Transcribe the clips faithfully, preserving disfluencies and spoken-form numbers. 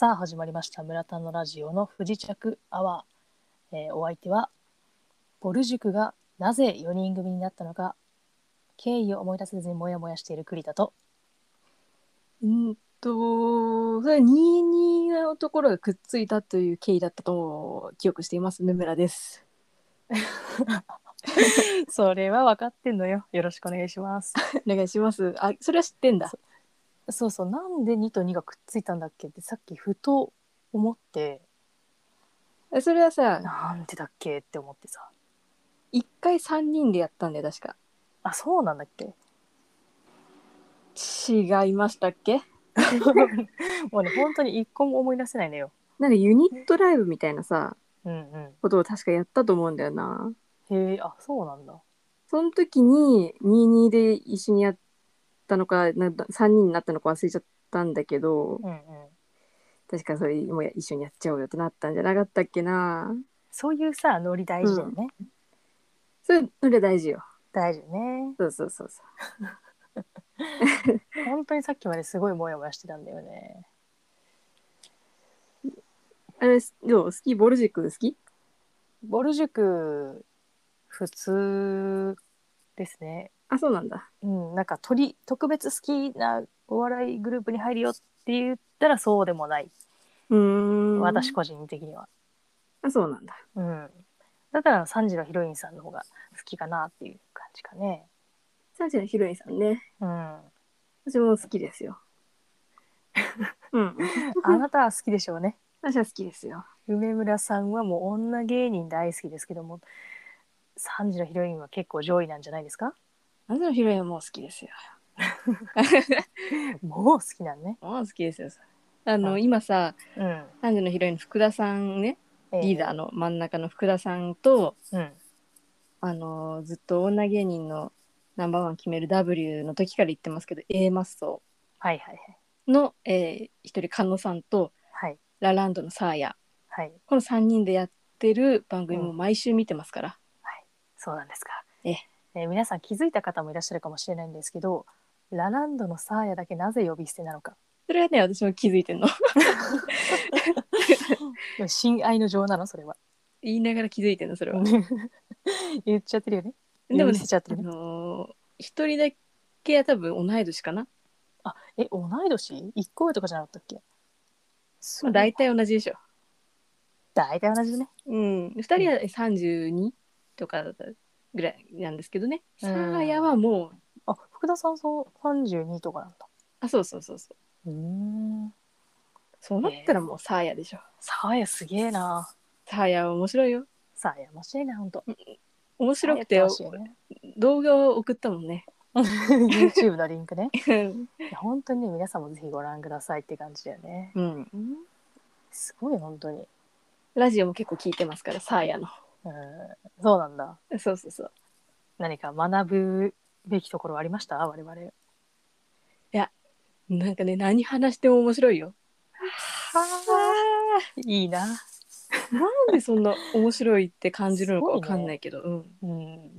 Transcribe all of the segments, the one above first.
さあ始まりました村田のラジオの不時着アワー、えーお相手はボル塾がなぜよにん組になったのか経緯を思い出せずにモヤモヤしている栗田とうんと、それにじゅうにのところがくっついたという経緯だったと記憶しています。ヌムラです。 それは分かってんのよ。よろしくお願いします。 お願いします。あ、それは知ってんだ。 そそうそう、なんでにとにがくっついたんだっけってさっきふと思って、 それはさ、 なんでだっけって思ってさ。 一回さんにんでやったんだよ、確か。 あ、そうなんだっけ。 違いましたっけ？ もうね本当に一個も思い出せないのよ。 なんかユニットライブみたいなさ、 うんうことを確かやったと思うんだよな。 ん。へえ、あ、そうなんだ。 その時ににじゅうにで一緒にやったのか、なんださんにんになったのか忘れちゃったんだけど、 うんうん。 確かそれもう一緒にやっちゃおうよってなったんじゃなかったっけな。 そういうさノリ大うん。 事だよね。 それ、それ大事よ。 大事ね。 そうそうそうそう。 本当にさっきまですごいモヤモヤしてたんだよね。 あれ、どう好きボル塾好き？ ボル塾普通ですね。 あ、そうなんだ。 うん、なんか鳥特別好きなお笑いグループに入るよって言ったらそうでもない。 うーん。 私個人的には。 あ、そうなんだ。 うん。だったらさんじのヒロインさんの方が好きかなっていう感じかね。 サンジのヒロインさんね。 うん。 私も好きですよ。うん。 あなたは好きでしょうね。 私は好きですよ。 梅村さんはもう女芸人大好きですけども、さんじのヒロインは結構上位なんじゃないですか？ サンジのヒロインはもう好きですよ。 もう好きなんね。 もう好きですよ。あの、 あ、 今さ、 うん。 サンジのヒロインの福田さんね、リーダーえの真ん中の福田さんと、 ー、うん。 あの、ずっと女芸人のナンバーワン決める ダブリュー の時から言ってますけど、A マッソはいはいはい。 の、えー、一人、菅野さんと、 はい。 ラランドのサーヤ。 はい。 このさんにんでやってる番うん。 組も毎週見てますから。 はい。そうなんですか。 え、 えー皆さん気づいた方もいらっしゃるかもしれないんですけど、ラランドのサーヤだけなぜ呼び捨てなのか。 それはね、私も気づいてんの。 親愛の情なのそれは。 言いながら気づいてんの、それは。 言っちゃってるよね。呼び捨てでもね、あちゃってるね。 のー一人だけは多分同い年かな。 あ、え、同い年？ いっ 個上とかじゃなかったっけ？すまあごいな。 大体同じでしょ。 大体同じだね。 うん。二人はさんじゅうにとかぐらいなんですけどね。 うサーヤん。 はもう、 あ、福田さんそうさんじゅうにとかなんだ。 あ、そうそうそうそう。 うーん。 そうなったらえー、 もうサーヤでしょ。 サーヤすげえな。 サーヤは面白いよ。 サーヤ面白いな、ほんと。 面サーヤって白くて面白いよね。 動画を送ったもんね。 YouTube のリンクね。 うん。 いや本当にね、皆さんもぜひご覧くださいって感じだよね。 うん。 すごい、本当に。 ラジオも結構聞いてますから、サーヤの。 うん、そうなんだ。 そうそうそう。 何か学ぶべきところありました我々。 いや、なんかね、何話しても面白いよ。 はあ、いいな。 なんでそんな面白いって感じるすのかわごいね。 かんないけど、うん。 うん。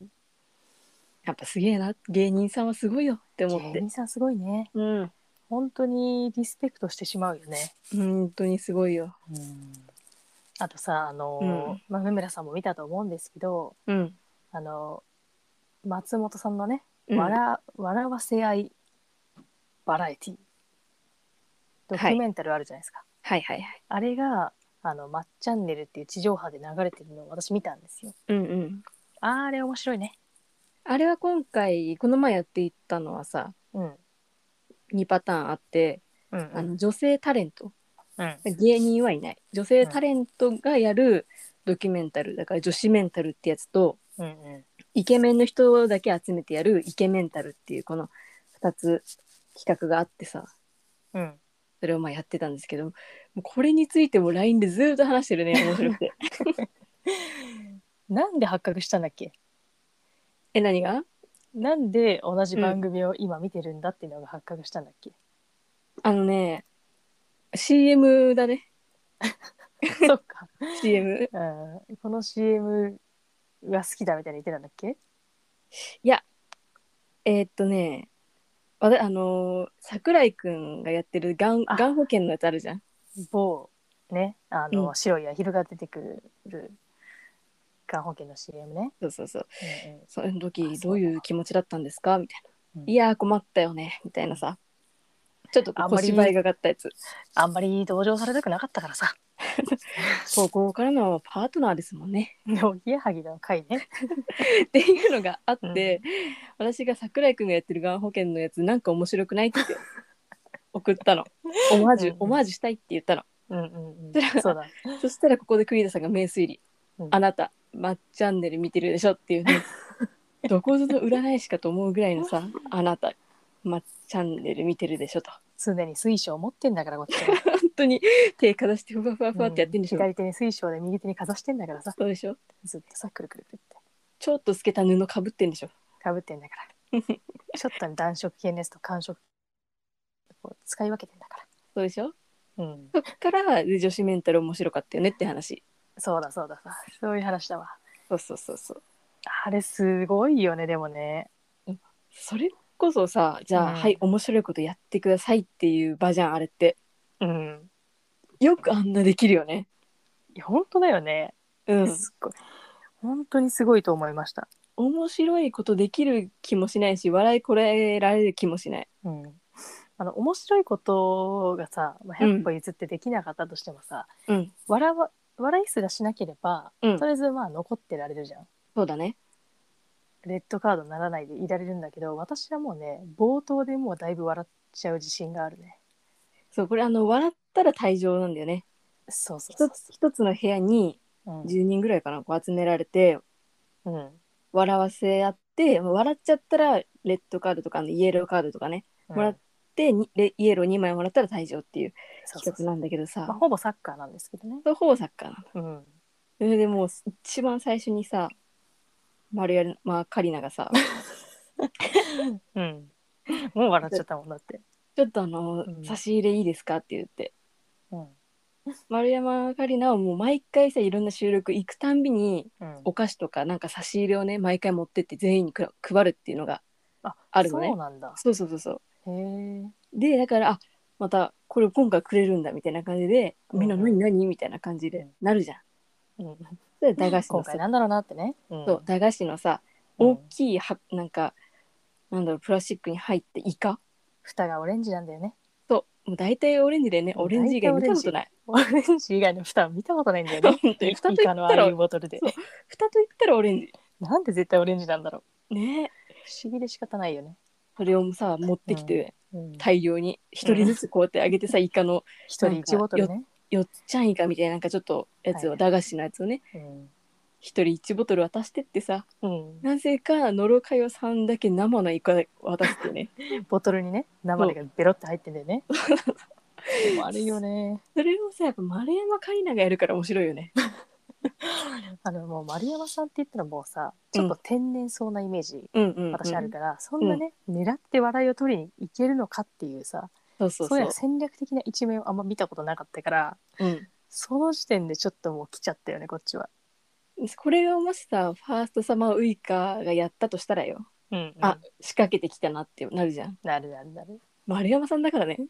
やっぱすげえな。芸人さんはすごいよって思って。 芸人さんすごいね。 うん。 本当にリスペクトしてしまうよね。 本当にすごいよ。 うん。あとさ、あの、 うん。 まあ、梅村さんも見たと思うんですけど、 うん。 あの、松本さんのね、 うん。 笑笑わせ合いバラエティドはい。 キュメンタルあるじゃないですか。 はいはいはい。 あれがあのマッチャンネルっていう地上波で流れてるのを私見たんですよ。 うんうん。 あれ面白いね。 あれは今回、この前やっていったのはさ、 うんにパターンあって、 うんうんあの女性タレント。 うん芸人はいない。女性うんタレントがやるドキュメンタル。だから女子メンタルってやつと、 うんうんイケメンの人だけ集めてやるイケメンタルっていうこのふたつ企画があってさ、 うん。 それをまあやってたんですけど、もうこれについても ライン でずっと話してるね、面白くて。 なんで発覚したんだっけ？ え、何が？ なんで同じうん。 番組を今見てるんだっていうのが発覚したんだっけ？ あのね、シーエム だね。 そっか、 シーエム。 うん、この シーエム が好きだみたいに言ってたんだっけ？ いや、えーっとね、わたあのー桜井くんがやってるがん、があ、 ん保険のやつあるじゃん。 某ねあの、 うん白いアヒルが出てくるがん保険の シーエム ね。 そうそうそう。 うんうん。 そのあ、 時どういうそうだわ。 気持ちだったんですかみたいな。 うん、 いやー困ったよねみたいなさ、ちょっとこうあんまり小芝居がかったやつ。 あんまり同情されたくなかったからさ。 高校からのパートナーですもんね。 おぎやはぎの回ね。 っていうのがあっうん。 て、私が桜井くんがやってるがん保険のやつなんか面白くないって送ったの。オマージュ、オうんうんマージュしたいって言ったの。 うんうんうん。 そしたら、 そうだ。 そしたらここで栗田さんが名推理。 うん。 あなた、マッチャンネル見てるでしょっていうね、どこぞの占い師かと思うぐらいのさ、あなた、マッチャンネル見てるでしょと。 常に水晶を持ってんだからこっちは。 本当に手かざしてふわふわふわってやってうん。 んでしょ。 左手に水晶で右手にかざしてんだからさ。 そうでしょ。 ずっとさくるくるくるってちょっと透けた布かぶってんでしょ。 かぶってんだから。ちょっとね暖色系のやつと寒色こう使い分けてんだかそうでしょ。 ら。うん。 そっからで女子メンタル面白かったよねって話。 そうだそうださ。そういう話だわ。 そうそうそうそう。 あれすごいよねでもね。 それこそさ、じゃあ、はい、 うん。 面白いことやってくださいっていう場じゃん、あれって。 うん。 よくあんなできるよね。 いや本当だよね。 うん。 すっごい。本当にすごいと思いました。 面白いことできる気もしないし、笑いこらえられる気もしない。 うん。あの面白いことがさ、まあ、ひゃっ歩譲ってできなかったとしてもさ、 うん。 笑わ笑いすらしなければ、 うん。 とりあえずまあ残ってられるじゃん。 そうだね。 レッドカードにならないでいられるんだけど、私はもうね冒頭でもうだいぶ笑っちゃう自信があるね。 そう、これあの、笑ったら退場なんだよね。 そうそう一つ、 そうそ一つの部屋にう。 じゅうにんぐらいかな、こう集められて、 うん。うん。 笑わせ合って、笑っちゃったらレッドカードとかあのイエローカードとかね、もらっうん。 てにレイエローにまいもらったら退場っていうそうそうそう。 企画なんだけどまあさ、 ほぼサッカーなんですけどね。 そうほぼサッカーなの。 うん。 それでもう一番最初にさ、丸山カリナがさ、 うん。もう笑っちゃったもんだって。 ちょっとあの、 うん。 差し入れいいですかって言って、 うん。 丸山カリナはもう毎回さ、いろんな収録行くたんびに、 うん。 お菓子とかなんか差し入れをね、毎回持ってって全員にく配るっていうのがあ、 あるのね。 そうなんだ。 そうそうそうそう。 へえ。 で、だから、あ、またこれ今回くれるんだみたいな感じで、みんなうんうん何何みたいな感じでうんなるじゃん。 うん。 それで駄菓子のさ、 今回なんだろうなってね。うん。 そう、駄菓子のさ、大うん。 きいは、なんか、なんだろう、プラスチックに入ってイカ。 蓋がオレンジなんだよね。 そう、もう大体オレンジでね、 うん、大オレンジ以外体オレンジ。 見たことない。 オレンジ以外の蓋は見たことないんだよね。 本当に、 イ蓋イと言ったら、 カのああいうボトルで。 そう、蓋と言ったらオレンジ。 なんで絶対オレンジなんだろね。 う。不思議で仕方ないよね。 それをさ、持ってうん。 きて、 うん。 大量に、一人うん。 ずつこうやってあげてさ、イカの、 一人一なんか、よ、 ボトルね。 よっちゃんイカみたいな、なんかちょっとやはいはい。 つを、駄菓子のやつをね、 うん。 一人一ボトル渡してってさ、 うん。 なぜか、のろかよさんだけ生のイカ渡すっていうね。 ボトルにね、生でそう。 ベロって入ってんだよね。でもあるよね。 それをさ、やっぱ丸山桂里奈がやるから面白いよね。 あのもう丸山さんって言ったらもうさ、ちょっとうん。 天然そうなイメージ、 うんうんうん。 私あるから、そうん。 んなね、狙って笑いを取りにいけるのかっていうさ、 そうそうそういうそ戦略的な一面をあんま見たことなかったから、 う。うん。 その時点でちょっともう来ちゃったよね、こっちは。 これをもしさ、ファーストサマーウイカがやったとしたらよ。 うんうあ、 ん。 仕掛けてきたなってなるじゃん。 なるなるなる。 丸山さんだからね。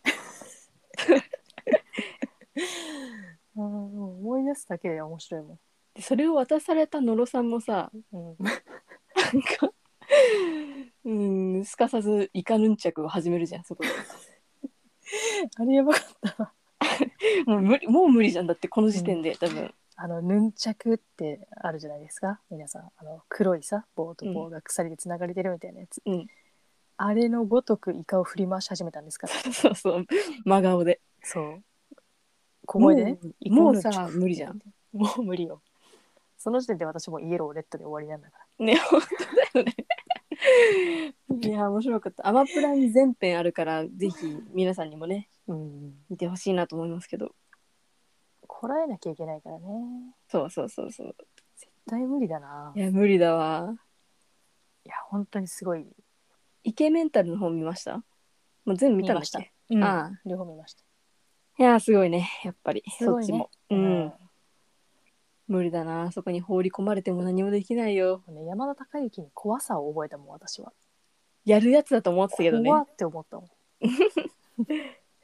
うん、もう思い出すだけで面白いもん。 でそれを渡された野呂さんもさ、 うん、 なんか、うーん、すかさずイカヌンチャクを始めるじゃん、そこで。 あれやばかった。 もう無理、もう無理じゃん。だってこの時うん、 点で多分。 あのヌンチャクってあるじゃないですか皆さん。あの黒いさ棒とうん。 棒が鎖でつながれてるみたいなやつ、 うん。 あれのごとくイカを振り回し始めたんですから。 そうそう。真顔で。 そう小声でね、 もう、 イカもうさ、 ヌンチャク無理じゃん。 って言って、もう無理よ。その時点で私もイエローレッドで終わりなんだかね、本当だよね。いや、面白かった。アマプラに全編あるから、ぜひ皆さんにもね、 ら。うん、 見てほしいなと思いますけど。 こらえなきゃいけないからね。 そうそうそうそう。 絶対無理だな。 いや、無理だわ。 いや本当にすごい。 イケメンタルの方見ました？もう全部見見ました。 たんだっけ？ うん、 ああ。 両方見ました。 いや、すごいね。やっぱり、 すごいね。 そっちも。ううん。 ん。無理だな。そこに放り込まれても何もできないよ。 ね、山田孝之に怖さを覚えたもん私は。 やるやつだと思ってたけどね。 怖って思ったもん。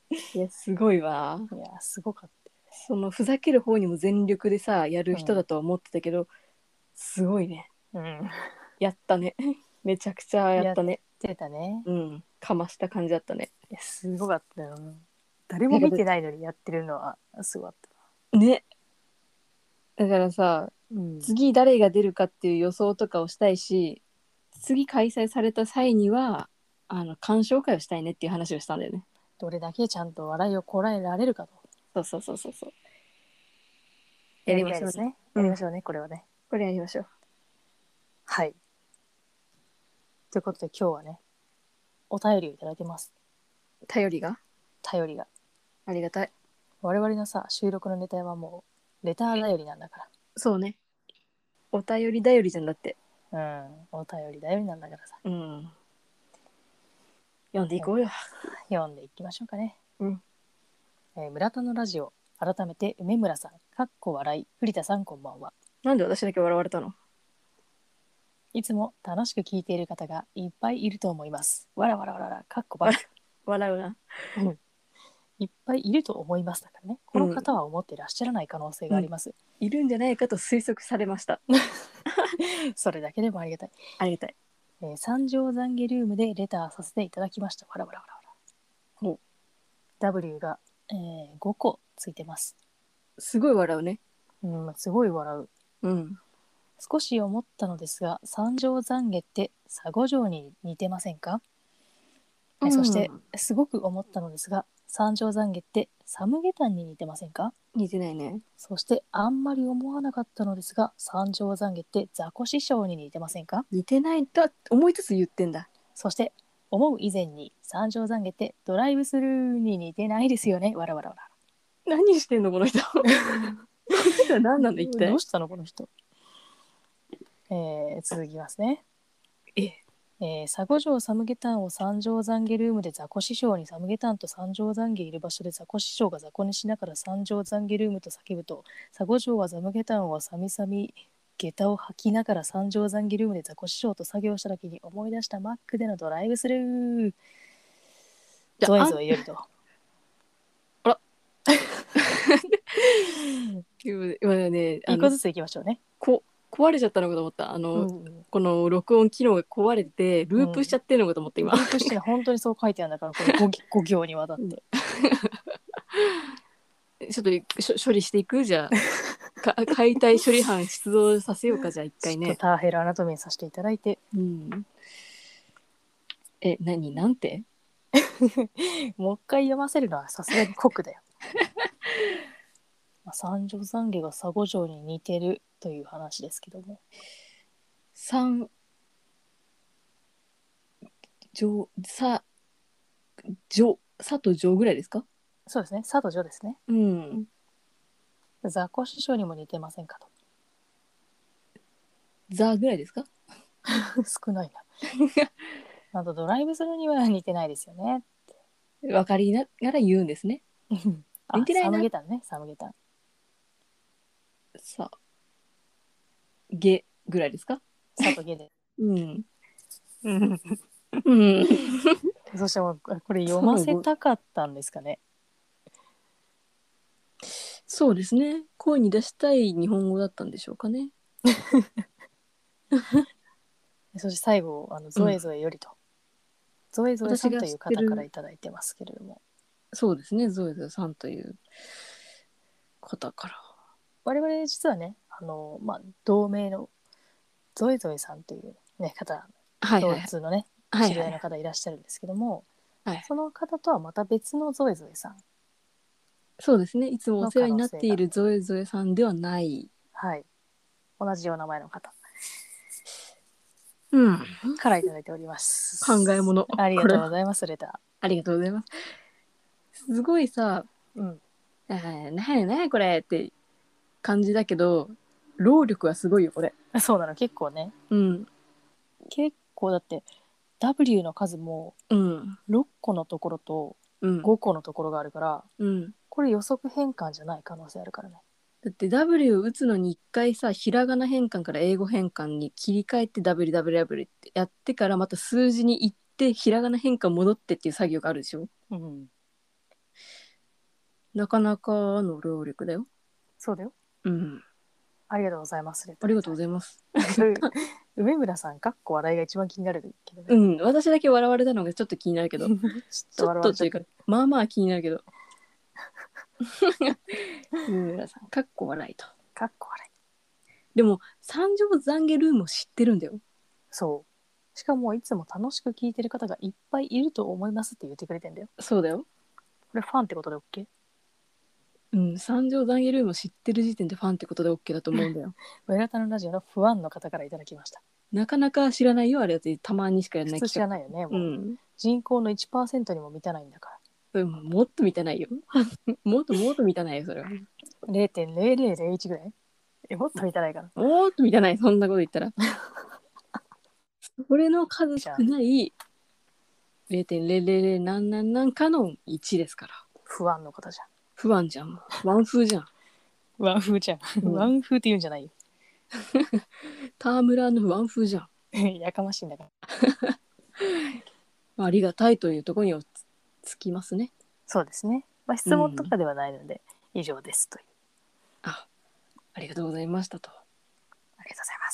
いやすごいわ。 いやすごかったそのふざける方にも全力でさやる人よ。 だとは思ってたけど、すごいね。 うん、うん、 やったね。めちゃくちゃやっやったね。 てたね。 うん。かました感じだったね。 いやすごかったよ。誰もだから見てないのにやってるのはすごかった。 ね。だからさ、 うん、 次誰が出るかっていう予想とかをしたいし、次開催された際にはあの鑑賞会をしたいねっていう話をしたんだよね。 どれだけちゃんと笑いをこらえられるかと。 そうそうそうそうそう。ややりりましょうね。 たいですね。 うん。 やりましょうね、これはね。 これやりましょう。 はい。ということで今日はね、お便りをいただいてます。 頼りが頼りが。 ありがたい。 我々のさ、収録のネタはもう、レター頼りなんだかそうね。お便り頼りじゃんだって。 ら。うん、お便り頼りなんだからさ。 うん。読んでいこうよ。 読んでいきましょうかね。 うん。 えー村田のラジオ、改めて梅村さん、かっこ笑い、栗田さんこんばんは。 なんで私だけ笑われたの？ いつも楽しく聞いている方がいっぱいいると思います。わらわらわらわら、かっこバック。 笑うな。 うんいっぱいいると思いますだからね。この方は思ってらっしゃらない可能性があります。 いるんじゃないかと推測されました。 それだけでもありがたい。 ありがたい。 えー三条懺悔ルームでレターさせていただきました。わらわらわらわら。 ほう。 W が、えー、ごこついてます。 すごい笑うね。 うん、すごい笑う。 うん。 少し思ったのですが、三条懺悔って佐護城に似てませんか？えーそしてすごく思ったのですが、三条懺悔ってサムゲタンに似てませんか？ 似てないね。 そしてあんまり思わなかったのですが、三条懺悔ってザコ師匠に似てませんか？ 似てないと思いつつ言ってんだ。 そして思う以前に三条懺悔ってドライブスルーに似てないですよね。わらわらわら。 何してんのこの人。この人は何なんだ一体。 どうしたのこの人。えー、続きますね。 え、 えー、佐護城サムゲタンを三条懺悔ルームでザコ師匠にサムゲタンと三条懺悔いる場所でザコ師匠がザコにしながら三条懺悔ルームと叫ぶと、佐護城はサムゲタンをサミサミ下駄を履きながら三条懺悔ルームでザコ師匠と作業した時に思い出したマックでのドライブスルー。 じゃあ、 ゾエゾエよりと。 あら。今ね、あの一個ずついきましょうね。 こ壊れちゃったのかと思った。あの、 うん、 この録音機能が壊れてループしちゃってるのかと思って今。 ループしてね、本当にそう書いてあるんだから、これ 5, ご行にわたって。 ちょっとしょ処理していくじゃあ。か解体処理班出動させようかじゃあ一回ね。 ちょっとターヘルアナトミーさせていただいて、 うん。え、何なんて？ もう一回読ませるのはさすがに酷だよ。まあ、三条懺悔が佐護城に似てるという話ですけども。 三上さ上さと上ぐらいですか？ そうですね、佐渡城ですね。 うん。 雑魚師匠にも似てませんかと。 ザぐらいですか？ 少ないな。あとドライブスルーには似てないですよね。 分かりながら言うんですね。似あ、サムてないな。 ゲタンね、サムゲタン。 さゲぐらいですか？ 佐渡ゲで。 うん。 うんうん。 そしてもうこれ読ませたかったんですかね。 そうですね。声に出したい日本語だったんでしょうかね。 そして最後、あのゾエゾエよりと。ゾエゾエさ私がんという知ってる、 方からいただいてますけれども。 そうですね、ゾエゾエさんという方から。 我々実はね、あの、まあ、同名のゾエゾエさんという、ね、方、共はいはいはい。 通のね、 はいはいはい。 知り合いの方いらっしゃるんですけども、 はい、 その方とはまた別のゾエゾエさんそうですね。いつもおの世話に可能性が、 なっているゾエゾエさんではない。 はい、同じお名前の方うん。 からいただいております。 考え物。 ありがこれは。 とうございます、レタありがとうございます。すごいさ、 ー。うん、 あーなやなやこれって感じだけど、労力はすごいよ、これ。 そうなの、結構ね、 うん。 結構だって W の数もうん。 ろっこのところとうん。 ごこのところがあるから、 うん。ここれ予測変換じゃない可能性あるからね。 だって W を打つのに一回さ、ひらがな変換から英語変換に切り替えて ダブリューダブリューダブリュー ってやってからまた数字に行ってひらがな変換戻ってっていう作業があるでしょ。 うん、 なかなかの労力だよ。 そうだよ。 うん。 ありがとうございますレターありがとうございます。 そういう梅村さんかっこ笑いが一番気になるけどね。 うん、私だけ笑われたのがちょっと気になるけど、 ちょっちとょっとっていうか笑われちゃって。 まあまあ気になるけど。梅村さん、かっこ笑いと。 かっこ笑い。 でも三条懺悔ルームを知ってるんだよ。 そう。しかもいつも楽しく聞いてる方がいっぱいいると思いますって言ってくれてんだよ。 そうだよ。 これファンってことで OK？ うん、三条懺悔ルームを知ってる時点でファンってことで OK だと思うんだよ。 村田のラジオのファンの方からいただきました。 なかなか知らないよ、あれやつたまにしかやらない普通知らない。 ないよね。もう、 うん。 人口の いちパーセント にも満たないんだかうん、もっと満たないよ。もっともっと満たないよ、それは。 ら。れいてんぜろぜろぜろいち ぐらいえ、もっと満たないかな。 もっと満たない、そんなこと言ったら。それの数少ない れいてんぜろぜろぜろ 何何何かのいちですから。 不安の方じゃん。 不安じゃん。ワン風じゃん。 ワン風じゃん。 うんワン風って言うんじゃないよ。 タームラーのワン風じゃん。 やかましいんだから。 ありがたいというところにつつきますね。 そうですね。まあ、質問とかではないので、以上ですという。 あ、ありがとうございましたと。 ありがとうございます。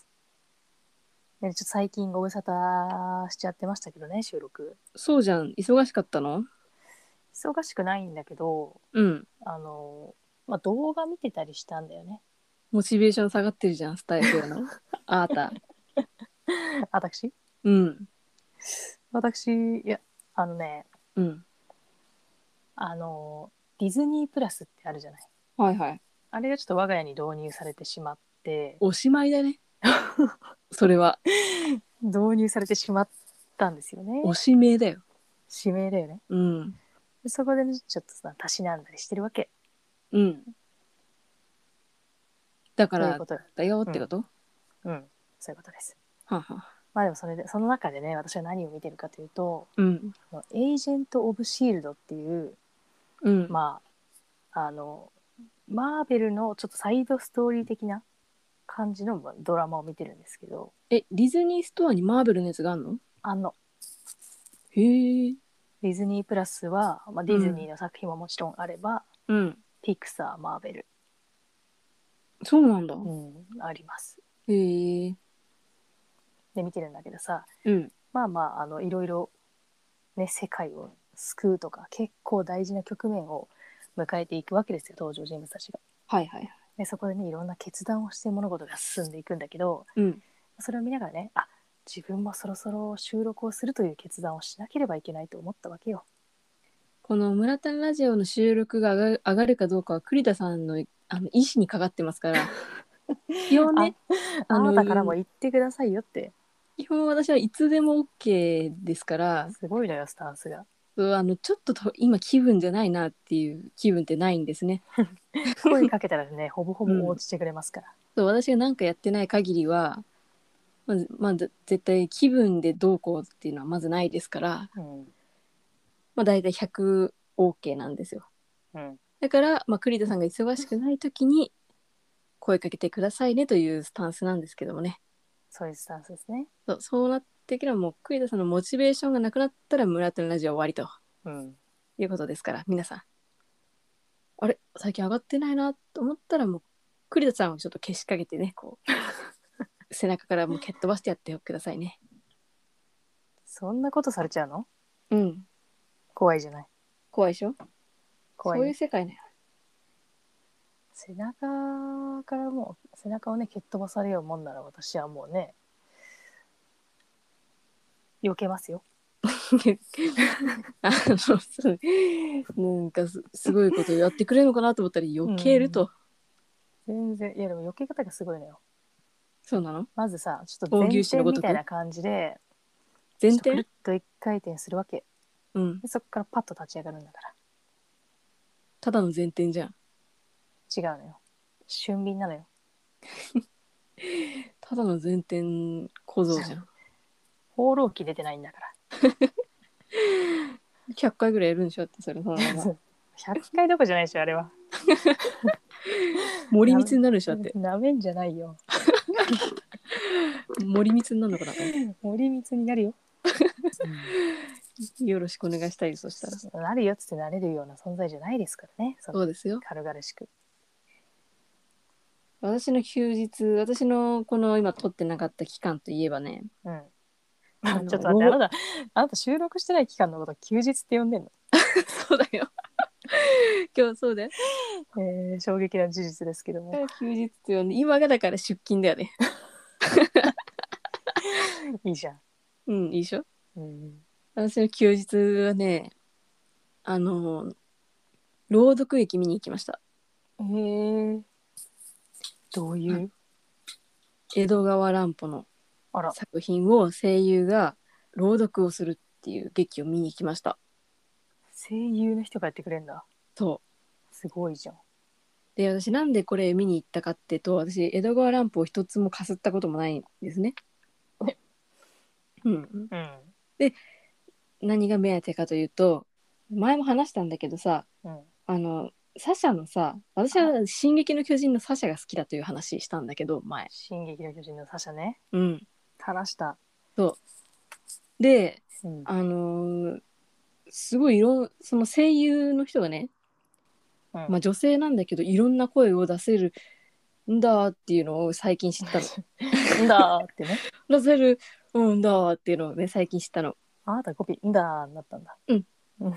でちょっと最近ご無沙汰しちゃってましたけどね、収録。 そうじゃん。忙しかったの？ 忙しくないんだけど、 うん。 あの、まあ、動画見てたりしたんだよね。 モチベーション下がってるじゃん、スタイフやの。あーた。 私うん。 私、いや、あのね、 うん。 あの、ディズニープラスってあるじゃない。 はいはい。 あれがちょっと我が家に導入されてしまって、 おしまいだね。それは。 導入されてしまったんですよね。 おしめだよ。 指名だよね。 うん。 でそこで、ね、ちょっとさ、たしなんだりしてるわけ。 うん。だからということだよってこと？ うん、そういうことです。 はんはん。 まあでもそれで、その中でね、私は何を見てるかというと、 うん。 エージェント・オブ・シールドっていう、 うん。 まあ、あの、マーベルのちょっとサイドストーリー的な感じのドラマを見てるんですけど、 え、ディズニーストアにマーベルのやつがあんの？ あの、 へえ。 ディズニープラスは、まあ、ディズニーの作品ももちろんあれば、 うん。 ピクサー、マーベル、 そうなんだ。 うん、あります。 へえ。 で、見てるんだけどさ、 うん。 まあまあ、あの、いろいろ、ね、世界を救うとか、結構大事な局面を迎えていくわけですよ、登場人物たちが。 はいはいはい。 で、そこでね、いろんな決断をして物事が進んでいくんだけど、 うん。 それを見ながらね、あ、自分もそろそろ収録をするという決断をしなければいけないと思ったわけよ。 この村田ラジオの収録が上がる上がるかどうかは栗田さんのあの意思にかかってますから。基本ね、 ああのなたからも言ってくださいよって。 基本私はいつでも OK ですから、 すごいのよ、スタンスが。 そうあのちょっとと今気分じゃないなっていう気分ってないんですね。 声かけたらね、ほぼほぼ応うん、 じてくれますから。 そう私が何かやってない限りは、まず、まず絶対気分でどうこうっていうのはまずないですから、 うん。 まあ、大体 ひゃくオーケー なんですよ。 うん。 だから、まあ、栗田さんが忙しくない時に声かけてくださいねというスタンスなんですけどもね。 そういうスタンスですね。 そう、そうなってきればもう栗田さんのモチベーションがなくなったら村田のラジオ終わりとうん。 いうことですから、皆さん。あれ最近上がってないなと思ったらもう栗田さんをちょっとけしかけてね、こう背中からもう蹴っ飛ばしてやってくださいね。 そんなことされちゃうの？ うん。 怖いじゃない。 怖いでしょ？ 怖いね。 そういう世界ね。 背中からもう、背中をね、蹴っ飛ばされようもんなら私はもうね、避けますよ。 あのそうなんかすすごいことやってくれるのかなと思ったら避けると。 全然、いやでも避け方がすごいのよ。 そうなの？ まずさ、ちょっと前大牛士の転みごとくたいな感じで、 前ちょっとくる転？ っと一回転するわけ。 うん。 でそこからパッと立ち上がるんだから。 ただの前転じゃん。 違うのよ。俊敏なのよ。 ただの前転小僧じゃん。 放浪記出てないんだからひゃっかいぐらいやるんでしょってそれそのまま。 ひゃっかいどころじゃないでしょあれは。 森光になるでしょって。 なめんじゃないよ。 森光になるのかな。 森光になるよ、 よろしくお願いしたい。そしたら。 なるよっつってなれるような存在じゃないですからね。そのそうですよ。 軽々しく。 私の休日、私のこの今取ってなかった期間といえばね、 うん。 あちょっとの、ロー待って、あなた、あなた収録してない期間のこと休日って呼んでんの？ そうだよ。今日そうだよ。 えー、衝撃な事実ですけども。 休日って呼んで、今がだから出勤だよね。 いいじゃん。 うん、いいでしょ。 うん、 私の休日はね、あの、朗読劇見に行きました。 えー、どういう？ 江戸川乱歩のあら、 作品を声優が朗読をするっていう劇を見に行きました。 声優の人がやってくれんだ。 そう。 すごいじゃん。 で、私なんでこれ見に行ったかっていうと、私、江戸川乱歩を一つもかすったこともないんですね。うん。 うん。 で、何が目当てかというと、前も話したんだけどさ、 うん。 あの、サシャのさ、私は進撃の巨人のサシャが好きだという話したんだけど、前。 進撃の巨人のサシャね。 うん。 垂した。 そう。で、 うん。 あのーすごいいろん、その声優の人がね、 うん。 まあ女性なんだけど、いろんな声を出せるんだっていうのを最近知ったの。 んだーってね。 出せるんだっていうのをね、最近知ったの。 あなたコピー、んだーになったんだ。 うん。 うん。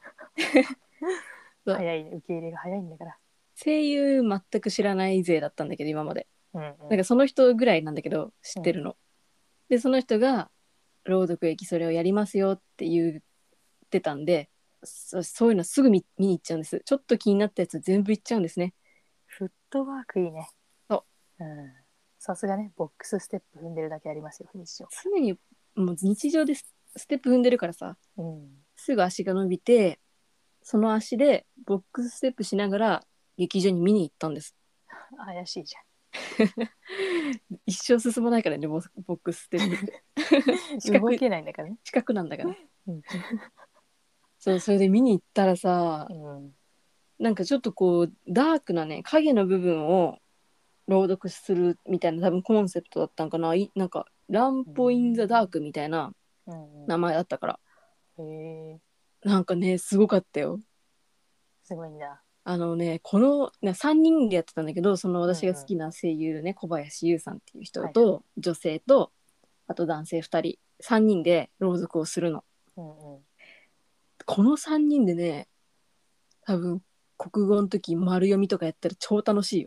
そう。 早いね。受け入れが早いんだから。 声優全く知らない勢だったんだけど、今まで。 うんうん。 なんかその人ぐらいなんだけど、知ってるの。 うん、 で、その人が、朗読劇それをやりますよって言ってたんで、そそういうのすぐ見見に行っちゃうんです。ちょっと気になったやつ全部行っちゃうんですね。 フットワークいいね。 そう。 うん。さすがね、ボックスステップ踏んでるだけありますよ、日常。 常にもう日常でスステップ踏んでるからさ、 うん。 すぐ足が伸びて、その足でボックスステップしながら劇場に見に行ったんです。 怪しいじ一生進まないからね、ボボックスステップって。四ゃん。動角い、 けないんだからね。 四角なんだから。 うん。 そう、それで見に行ったらさ、 うん。 なんかちょっとこう、ダークなね、影の部分を朗読するみたいな多分コンセプトだったんかな。いなんか、ランポインザダークみたいなうん名前だったから。 うん。へえ、 なんかね、すごかったよ。 すごいんだ。 あのね、このねさんにんでやってたんだけど、そのうんうん。 私が好きな声優ね、小林優さんっていう人はい。 と女性と、あと男性ふたり、さんにんで朗読をするの。 うんうん。 このさんにんでね、多分国語の時丸読みとかやったら超楽しいよ。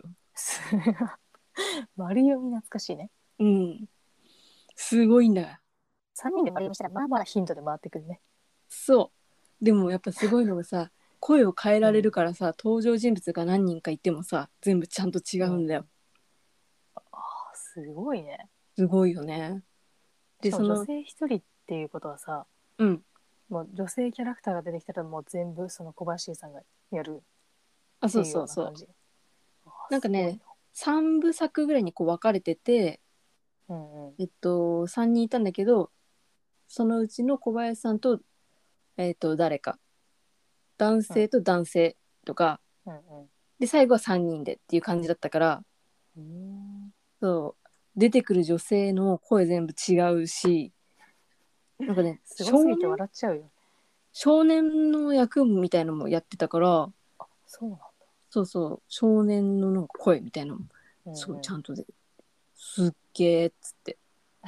丸読み懐かしいね。 うん。すごいんだよ。 さんにんで丸読みしたら、まあまあヒントで回ってくるね。 そう。でもやっぱすごいのがさ、声を変えられうん。 るからさ、登場人物が何人かいてもさ、全部ちゃんと違うんだよ。 ああ、すごいね。 すごいよね。で、 しかも女その、 性一人っていうことはさ、 うん。 もう女性キャラクターが出てきたらもう全部その小林さんがやるあ、そうっていうそうそう。 ような感じ。ああ、 なんかね、 すごいな。 さんぶ作ぐらいにこう分かれてて、 うんうん。 えっと、さんにんいたんだけど、そのうちの小林さんと、えっと、誰か、男性と男性とか、 うんうん。 で、最後はさんにんでっていう感じだったから、 うーん。 そう、出てくる女性の声全部違うし、なんかね、 すごすぎて少年、 笑っちゃうよ。 少年の役みたいなのもやってたから、 あ、そうなんだ。 そうそう、少年のなんか声みたいなのも、すごいうんうん。 ちゃんとで、すっげーっつって。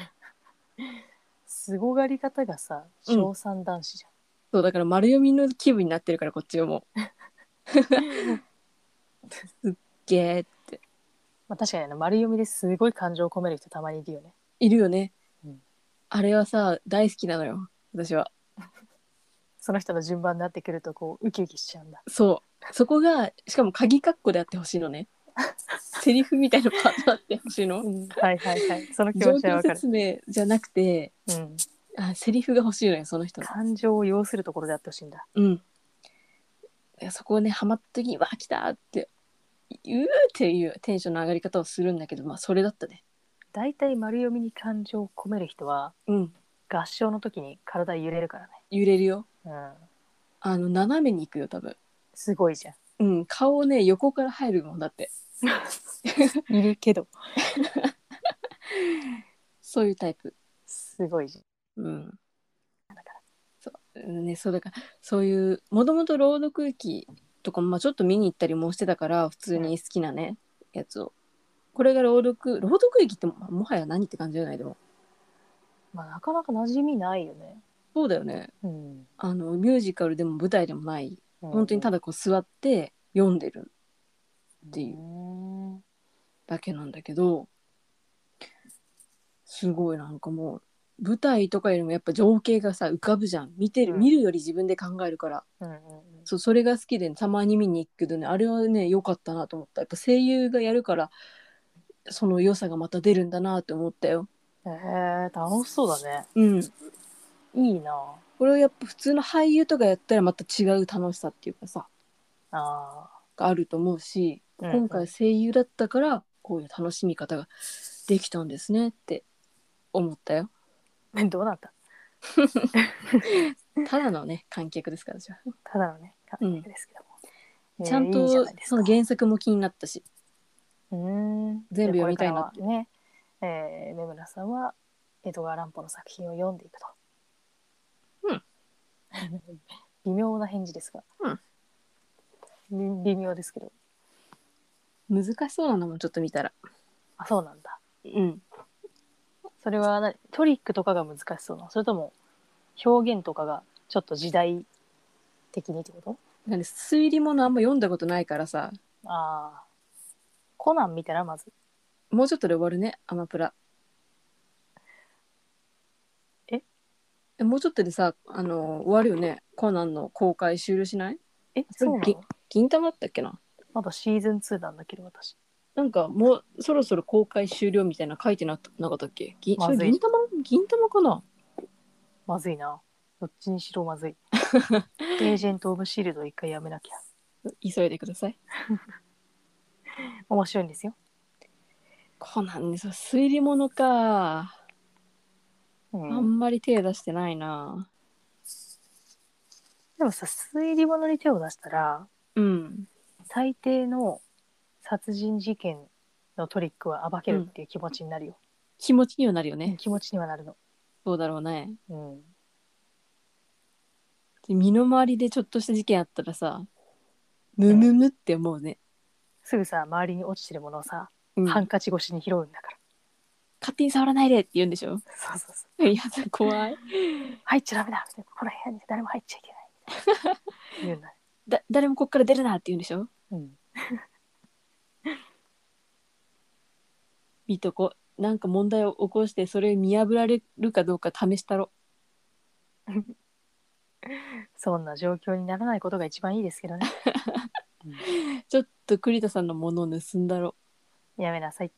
すごがり方がさ、 うん。 小三男子じそう、だから丸読みの気分になってるから、こっちはもう。 ゃん。 すっげーって。 まあ確かにね、丸読みですごい感情を込める人たまにいるよね。 いるよね。 うん、 あれはさ、大好きなのよ、私は。 その人の順番になってくるとこうウキウキしちゃうんだ。 そう。そこが、しかも鍵括弧であってほしいのね。セリフみたいなパートあってほしいの。 うん、はいはいはい。その気状持ちはわかる。 況説明じゃなくて、 うん。 あ、セリフが欲しいのよ、その人の。 感情を要するところであってほしいんだ。 うん。そこをね、ハマった時に、わ、来たって、うーっていうテンションの上がり方をするんだけど、まあ、それだったね。 だいたい丸読みに感情を込める人は、 うん。 合唱の時に体揺れるからね。 揺れるよ。 うん。 あの、斜めに行くよ、多分。 すごいじゃん。 うん、顔ね、横から入るもんだって。 いるけど。 そういうタイプ。 すごいじゃん。 うん。 だから。 そう。 ね、そうだからそういうもともと朗読劇とかも、まあ、ちょっと見に行ったりもしてたから普通に好きなね、やつを。これが朗読朗読劇ってももはや何って感じじゃない？でもまあなかなか馴染みないよね。 そうだよね。 うんあのミュージカルでも舞台でもない、 うん、 本当にただこう座って読んでるっていううんだけなんだけど、すごいなんかもう舞台とかよりもやっぱ情景がさ浮かぶじゃん。見てる、 うん見るより自分で考えるから、 うんうんそう、それが好きで、たまに見に行くけどね、あれはね良かったなと思った。やっぱ声優がやるからその良さがまた出るんだなって思ったよ。 うん。えー、楽しそうだね。 うん。 いいな。 これをやっぱ普通の俳優とかやったらまた違う楽しさっていうかさあがあると思うし、 うんうん今回声優だったからこういう楽しみ方ができたんですねって思ったよ。 あ。どうなった？ ただのね観客ですからじゃあ。 ただのね、観客ですけども。 ちゃんえーいいじゃとそのないですか。 原作も気になったし、 うーん。 全部読でこれからみたいなって。 はね、えー、目村さんは江戸川乱歩の作品を読んでいくと。 うん。 微妙な返事ですが。うん。微妙ですけど。 難しそうなのもちょっと見たら。 あ、そうなんだ。 うん。 それは何トリックとかが難しそうなの？それとも表現とかがちょっと時代的にってこと？ なんで推理物あんま読んだことないからさ、 ああ。コナン見たらまず。 もうちょっとで終わるねアマプラ。 ええもうちょっとでさ、あの終わるよね。コナンの公開終了しない？ え、 それぎそうなの？ 銀玉だったっけな。 まだシーズンツーなんだけど私。 なんかもうそろそろ公開終了みたいな書いてななかったっけ？ぎそまずい。 れ銀玉銀玉かな。 まずいな。どっちにしろまずい。エージェント・オブ・シールド一回やめなきゃ。 急いでください。 面白いんですよ。 コナンね、そう推理物か。 うあん。 んまり手出してないな。 でもさ、推理物に手を出したら、 うん。 大抵の殺人事件のトリックは暴けうん。 るっていう気持ちになるよ。 気持ちにはなるようん、 ね。 気持ちにはなるの。 そうだろうね。 うん。 で身の回りでちょっとした事件あったらさ、ムうん、 ムムって思うね。 すぐさ、周りに落ちてるものをさ、 うん。 ハンカチ越しに拾うんだから。 勝手に触らないでって言うんでしょ。 そうそうそう。 いやだ怖い。 入っちゃダメだみたいな。この部屋に誰も入っちゃいけないみたいな。言うんだ。 だ誰もこっから出るなって言うんでしょ。 うん。 見とこ。なんか問題を起こしてそれ見破られるかどうか試したろ。 そんな状況にならないことが一番いいですけどね。うん、 ちょっと栗田さんのものを盗んだろ。 やめなさいって。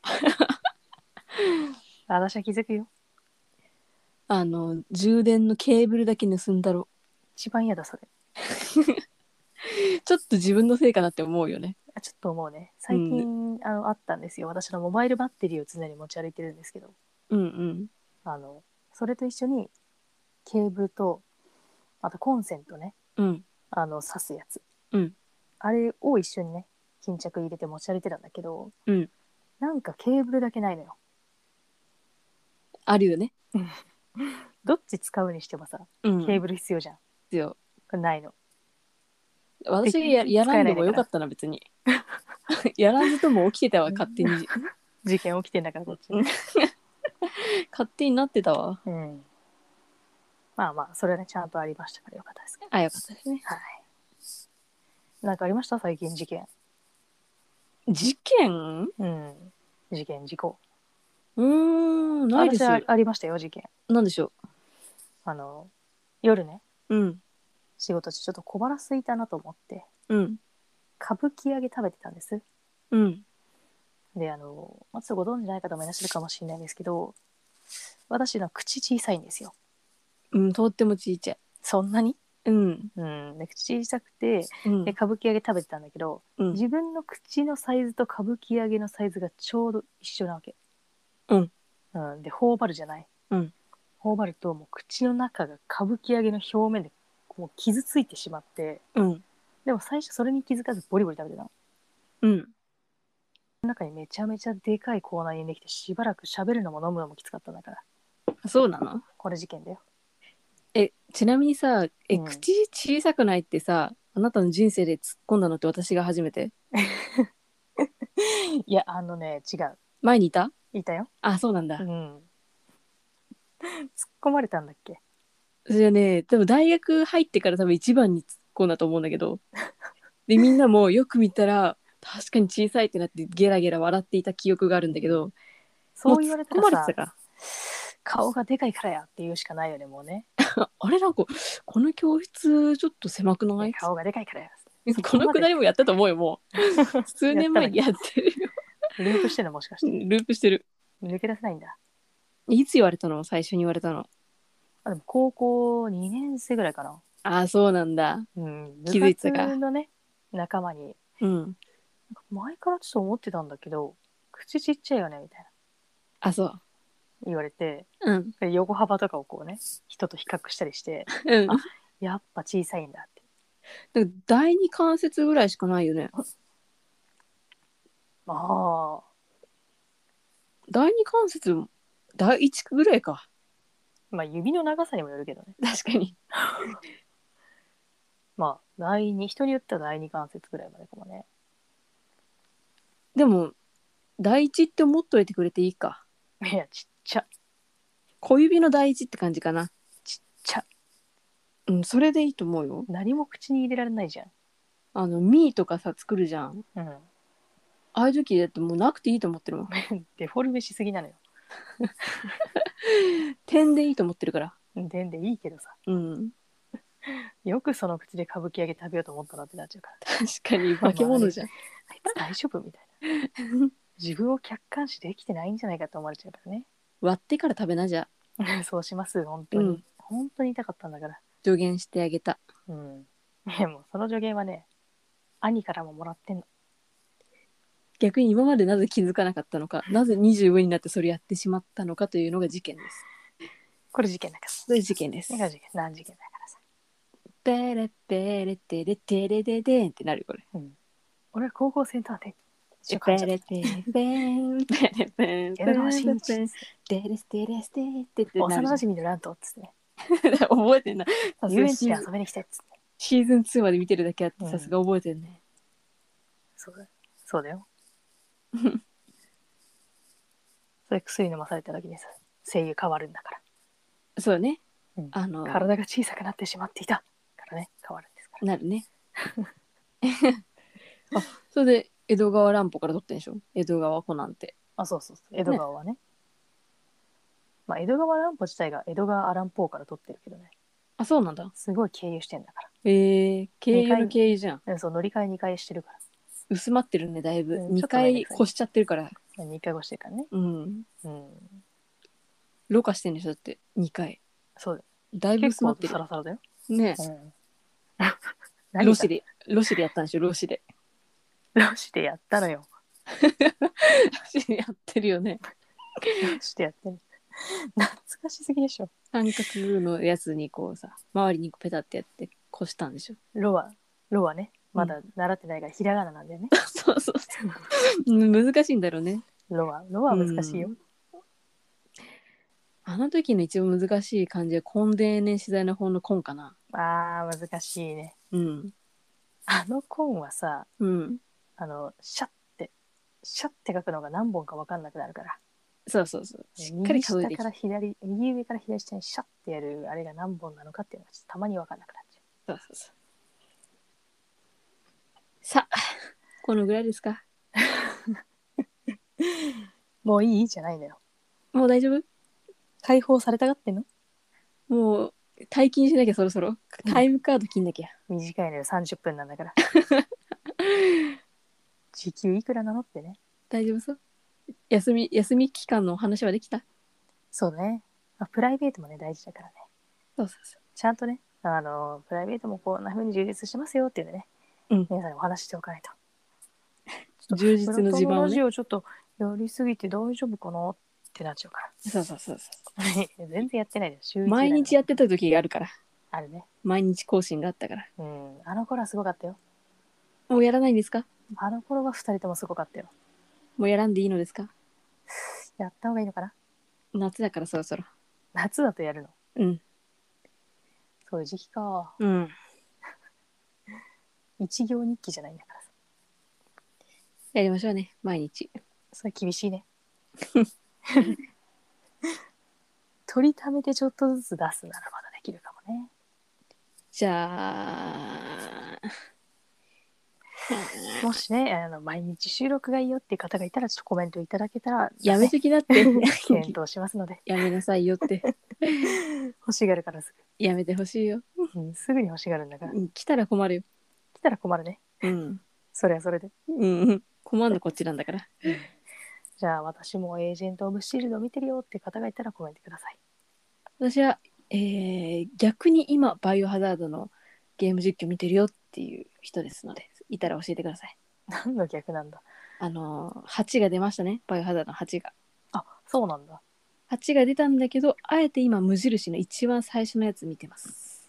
私は気づくよ。 あの充電のケーブルだけ盗んだろ。 一番嫌だそれ。 ちょっと自分のせいかなって思うよね。 あちょっと思うね。最うん近、あのあったんですよ。私のモバイルバッテリーを常に持ち歩いてるんですけど、 うんうんあのそれと一緒にケーブルとあとコンセントね、 うんあの挿すやつ、 うんあれを一緒にね巾着入れて持ち歩いてたんだけど、 うん。 なんかケーブルだけないのよ。 あるよね。 どっち使うにしてもさ、 うん。 ケーブル必要じゃん。 ですよ。 これないの。 私がややらんでもよかったな別に。やらずとも起きてたわ勝手に。 事件起きてんだからこっち。 勝手になってたわ。 うん。まあまあそれはねちゃんとありましたからよかったですけど。 あよかったですね。 はい。なんかありました最近事件？ 事件？ うん。事件事故。 うーんないで私はす。 ありましたよ事件。 なんでしょあの夜ねう。うん仕事中ちょっと小腹空いたなと思ってうん歌舞伎揚げ食べてたんです。 うんであのまずご存知ない方もいらっしゃるかもしれないんですけど、私の口小さいんですよ。 うんとってもちいちゃい。 そんなに？ うんうんで口小さくて、 うんで歌舞伎揚げ食べてたんだけど、 うん自分の口のサイズと歌舞伎揚げのサイズがちょうど一緒なわけ。 うんうん、で頬張るじゃない。 うん頬張るともう口の中が歌舞伎揚げの表面でこう傷ついてしまって、 うんでも最初それに気づかずボリボリ食べてたの。 うん中にめちゃめちゃでかい口内炎できてしばらく喋るのも飲むのもきつかったんだから。 そうなの？ これ事件だよ。 え、ちなみにさ、え、 うん口小さくないってさ、あなたの人生で突っ込んだのって私が初めて。 いや、あのね、違う。 前にいた？ いたよ。 あ、そうなんうだ。 ん。突っ込まれたんだっけ？ それはね、でも大学入ってから多分一番に突っ込んだと思うんだけど、で、みんなもよく見たら、確かに小さいってなってゲラゲラ笑っていた記憶があるんだけど、もうそう言われた突っ込らさ、 まれてたか顔がでかいからやって言うしかないよね、もうね。 ら。あれなんか、この教室ちょっと狭くいや、 ない？ 顔がでかいからや。 このくだそこまでりもやったと思うよ、もう。数やったんだっけ？ 年前にやってるよ。 ループしてんのもしかして。 ループしてる。 抜け出せないんだ。 いつ言われたの？最初に言われたの。 あ、でも高校にねん生ぐらいかな。 ああ、そうなんだ。 うん。部気づいて活たか。 のね、仲間に、 うん。 前からちょっと思ってたんだけど、口ちっちゃいよね、みたいなあ、そう。 言われて、 うん。 横幅とかをこうね、人と比較したりして、 うん。 あ、やっぱ小さいんだって。 だから第二関節ぐらいしかないよね。 まあ、 第二関節、第一ぐらいか。 まあ指の長さにもよるけどね。 確かに。 まあ、第二、人によっては第二関節ぐらいまでかもね。 でも、第一って思っといてくれていいか。 いや、ちっちゃ、 小指の第一って感じかな。 ちっちゃ。 うん、それでいいと思うよ。 何も口に入れられないじゃん。 あの、ミーとかさ、作るじゃん。 うん。 ああいう時だってもうなくていいと思ってるもん。 デフォルメしすぎなのよ。 点でいいと思ってるから。 でんでいいけどさ。 うん。 よくその口で歌舞伎揚げ食べようと思ったなってなっちゃうか確かに化け物じゃん。 ら。あいつ大丈夫みたいな。自分を客観視できてないんじゃないかと思われちゃうからね。 割ってから食べなじゃ。 そうします、本当に。 うん本当に痛かったんだから。 助言してあげた。 うん。いやもうその助言はね、兄からももらってんの。 逆に今までなぜ気づかなかったのか、なぜにじゅうごになってそれやってしまったのかというのが事件です。 これ事件だから。 それ事件です。 これ事件、何事件だからさ。 ペレペレテレテレデデンってなるこれ。 うん。俺は高校生とはね、一緒ペ感じだった。 レペレペンペレペンペ江戸川レ新一ペンテレステレステってってな幼るじゃん。 馴染のラントっつってね。 覚えてんな。さす遊園地がシーズンに遊びに来てっつって。 シーズンツーまで見てるだけあってうんさすが覚えてるね。 そうだよ。そうだよ。それ薬飲まされた時にさ、声優変わるんだから。 そうね。 うん、 あの体が小さくなってしまっていたからね、変わるんですから。 なるね。あ、それで江戸川乱歩から撮ってんでしょ？江戸川コナンって。 あ、そうそうそう。江戸川はね。まあ、江戸川乱歩自体が江戸川アランポーから取ってるけどね。 あ、そうなんだ。 すごい経由してんだから。 えー、経由の経由じゃん。 うん、そう、乗り換えにかいしてるから。 薄まってるね、だいぶ。 うんにかい越しちゃってるから。 にかい越してるからね。 うん。 うん。 ろ過してんでしょだって、にかい。 そうだよ。 だいぶ結構薄まってる。 サラサラだよ。 ねうん。 え。 何がロシで、ロシでやったんでしょロシで。 ロシでやったのよ。 ロシでやってるよね。 ロシでやってる。懐かしすぎでしょ。 三角のやつにこうさ、周りにペタってやって越したんでしょ。 ロは、ロはね、まだ習ってないからひらがななんだよね。 そうそうそう。難しいんだろうね。 ロは、ロは難しいよ。 うんあの時の一番難しい漢字は根底年次第の方の根かな。 あー、難しいね。 うん。 あの根はさ、 うん。 あの、シャッて、シャッて書くのが何本か分かんなくなるから。 そうそうそう。しっかり右下数えてきから左、右上から左下にシャッてやるあれが何本なのかっていうのがちょっとたまに分かんなくなっちゃう。 そうそうそう。さあ、このぐらいですか。 もういいじゃないのよ。 もう大丈夫？ 解放されたがってんの？ もう退勤しなきゃそろそろ。タイムカード切んなきゃ。 短いのよ、さんじゅっぷんなんだから。時給いくらなのってね。 大丈夫そう？休み、休み期間のお話はできた？ そうね。まあ、プライベートもね、大事だからね。 そうそうそちゃんとね、あの、プライベートもこんな風に充実してますよっていうのね、 うん皆さんにお話ししておかないと。 う。充実の自慢をラジね。 オちょっとやりすぎて大丈夫かなってなっちゃうかそうそうそうそら。全然やってないです。週う。 一ぐらいの毎日やってた時があるから。 あるね。 毎日更新があったから。 うん。あの頃はすごかったよ。 もうやらないんですか？ あの頃は二人ともすごかったよ。 もうやらんでいいのですか？ やった方がいいのかな？ 夏だからそろそろ。 夏だとやるの。 うん。 そういう時期か。 うん一行日記じゃないんだからさ。 やりましょうね毎日。 それ厳しいね。取りためてちょっとずつ出すならまだできるかもね。 じゃあもしね、あの毎日収録がいいよっていう方がいたらちょっとコメントいただけたら、 やめときなって検討しますので。 やめなさいよって欲しがるからすやめてほしいよ、 ぐ、うん、すぐに欲しがるんだから。 来たら困るよ。 来たら困るね。 うんそれはそれで。 うん困るのこっちなんだから。 じゃあ私もエージェント・オブ・シールドを見てるよって方がいたらコメントください。 私は、えー、逆に今バイオハザードのゲーム実況見てるよっていう人ですので、いたら教えてください。 何の逆なんだ。 あのはちが出ましたね、バイオハザードのはちが。 あ、そうなんだ。 はちが出たんだけど、あえて今無印の一番最初のやつ見てます。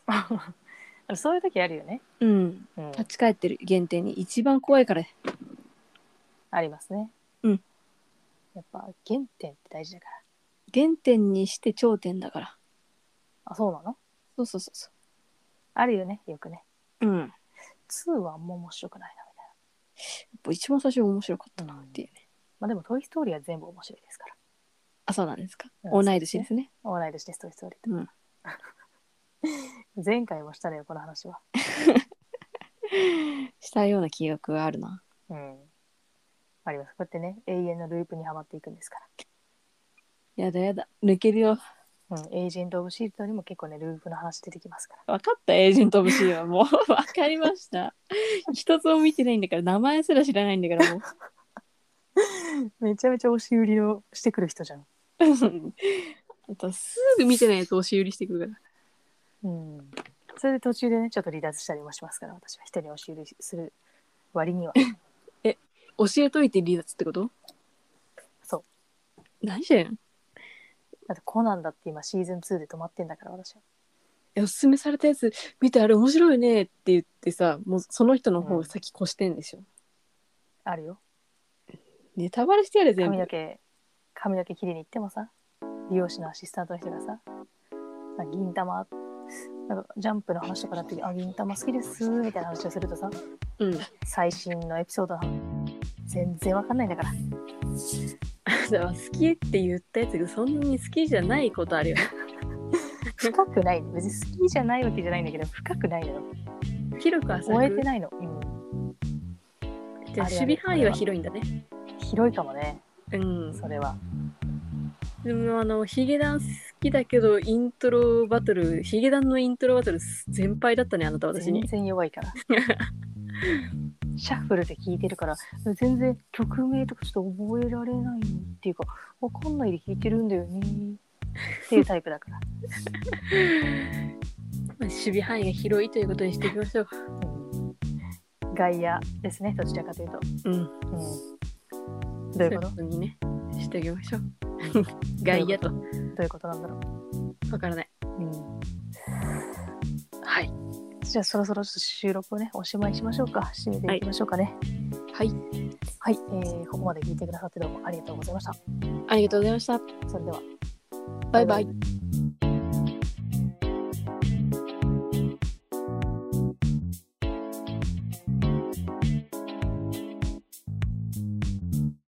そういう時あるよね。 うん、 うん、 立ち返ってる限定に一番怖いから。 ありますね。 うん。 やっぱ原点って大事だから。 原点にして頂点だから。 あ、そうなの？ そうそうそうそあるよね、よくね。 う。うん。やっツーはあんま面白くないなみたいぱ一番最初面白かったなっていうね。 な。まあでもトイ・ストーリーは全部面白いですから。 あ、そうなんですか。 うん同い年ですね。 同い年です、トイ・ストーリーと。 うん。 前回もしたねよ、この話は。 したような記憶があるな。 うん。あります。こうやってね、永遠のループにはまっていくんですかやだやだ。抜けるよ。 ら。うん。エージェント・オブ・シールドにも結構ね、ループの話出てきますから。 分かった、エージェント・オブ・シーはもう分かりました。一つも見てないんだから、名前すら知らないんだからもう。 めちゃめちゃ押し売りをしてくる人じゃん。 あとすぐ見てないやつ押し売りしてくるから。 うん。それで途中でね、ちょっと離脱したりもしますから、私は人に押し売りする割には。 教えといて離脱ってこと？ そう。 何してんの？ だってコナンだって今シーズンツーで止まってんだから、私は。 おすすめされたやつ見てあれ面白いねって言ってさ、もうその人の方を先越してんでしょ。うん、 あるよ。 ネタバレしてやれ全部。 髪の毛、髪の毛切りに行ってもさ、美容師のアシスタントの人がさ、銀玉、なんかジャンプの話とかだってあ銀玉好きですみたいな話をするとさ、 うん、 最新のエピソードは全然わかんないんだから。 好きって言ったやつがそんなに好きじゃないことあるよね。 深くない、別に好きじゃないわけじゃないんだけど、深くないのよ。 広く浅く終えてないの。うん、 じゃあ守備範囲は広いんだね。 広いかもね。 うん。 それは。 でもあのヒゲダン好きだけどイントロバトルヒゲダンのイントロバトル全敗だったね、あなた私に。 全然弱いから。シャッフルで聴いてるから全然曲名とかちょっと覚えられないっていうか、わかんないで弾いてるんだよねっていうタイプだから。 守備範囲が広いということにしていきましょう。 うん、外野ですね、どちらかというと。 うん。うん、 どういうこと？ そういうにねしておきましょう。外野と。 どういうことなんだろう。わからない。 うん。 はい。 じゃあそろそろ収録をねおしまいしましょうか。締めていきましょうかね。 はい。 はい、えー、ここまで聞いてくださってどうもありがとうございました。 ありがとうございました。 それではバイバイ。